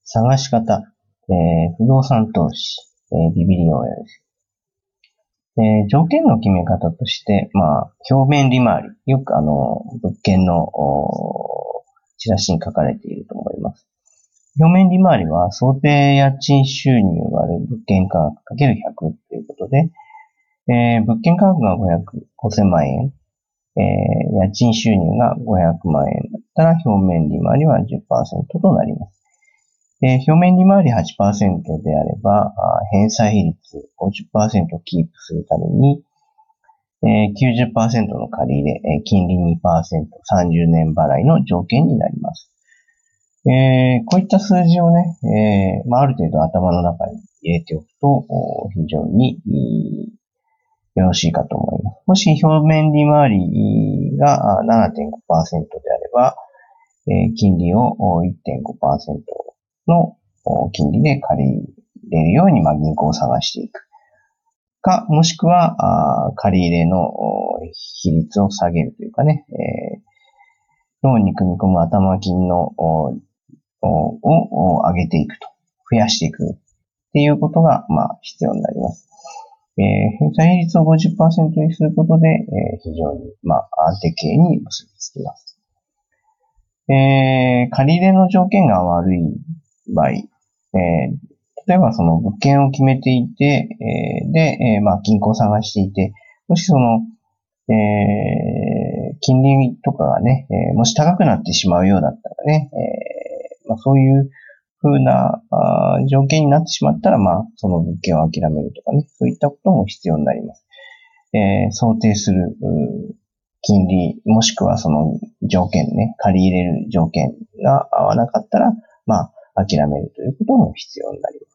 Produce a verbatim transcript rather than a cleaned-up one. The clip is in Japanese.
探し方、えー、不動産投資、えー、ビビリオンです。えー、条件の決め方として、まあ、表面利回り。よくあの、物件の、チラシに書かれていると思います。表面利回りは、想定家賃収入割る物件価格 ×ひゃく ということで、えー、物件価格がごひゃく、ごせんまん円、えー、家賃収入がごひゃくまん円だったら、表面利回りは じゅっパーセント となります。えー、表面利回り はちパーセント であれば、返済比率 ごじゅっパーセント をキープするために、えー、きゅうじゅっパーセント の借り入れ、えー、金利 にパーセント、さんじゅうねん払いの条件になります。えー、こういった数字をね、えーまあ、ある程度頭の中に入れておくと、非常によろしいかと思います。もし表面利回りが ななてんごパーセント であれば、えー、金利を いってんごパーセント の金利で借りれるように、まあ、銀行を探していく。か、もしくは、借り入れの比率を下げるというかね、えー、ローンに組み込む頭金のを上げていくと、増やしていくっていうことが、まあ、必要になります。えー、返済比率を ごじゅっパーセント にすることで、えー、非常に、まあ、安定形に結びつきます。えー、借り入れの条件が悪い場合、えー、例えばその物件を決めていて、えー、で、えー、まあ、銀行を探していて、もしその、えー、金利とかがね、えー、もし高くなってしまうようだったらね、えーまあ、そういう風なあ条件になってしまったら、まあ、その物件を諦めるとかね、そういったことも必要になります。えー、想定する金利、もしくはその条件ね、借り入れる条件が合わなかったら、まあ、諦めるということも必要になります。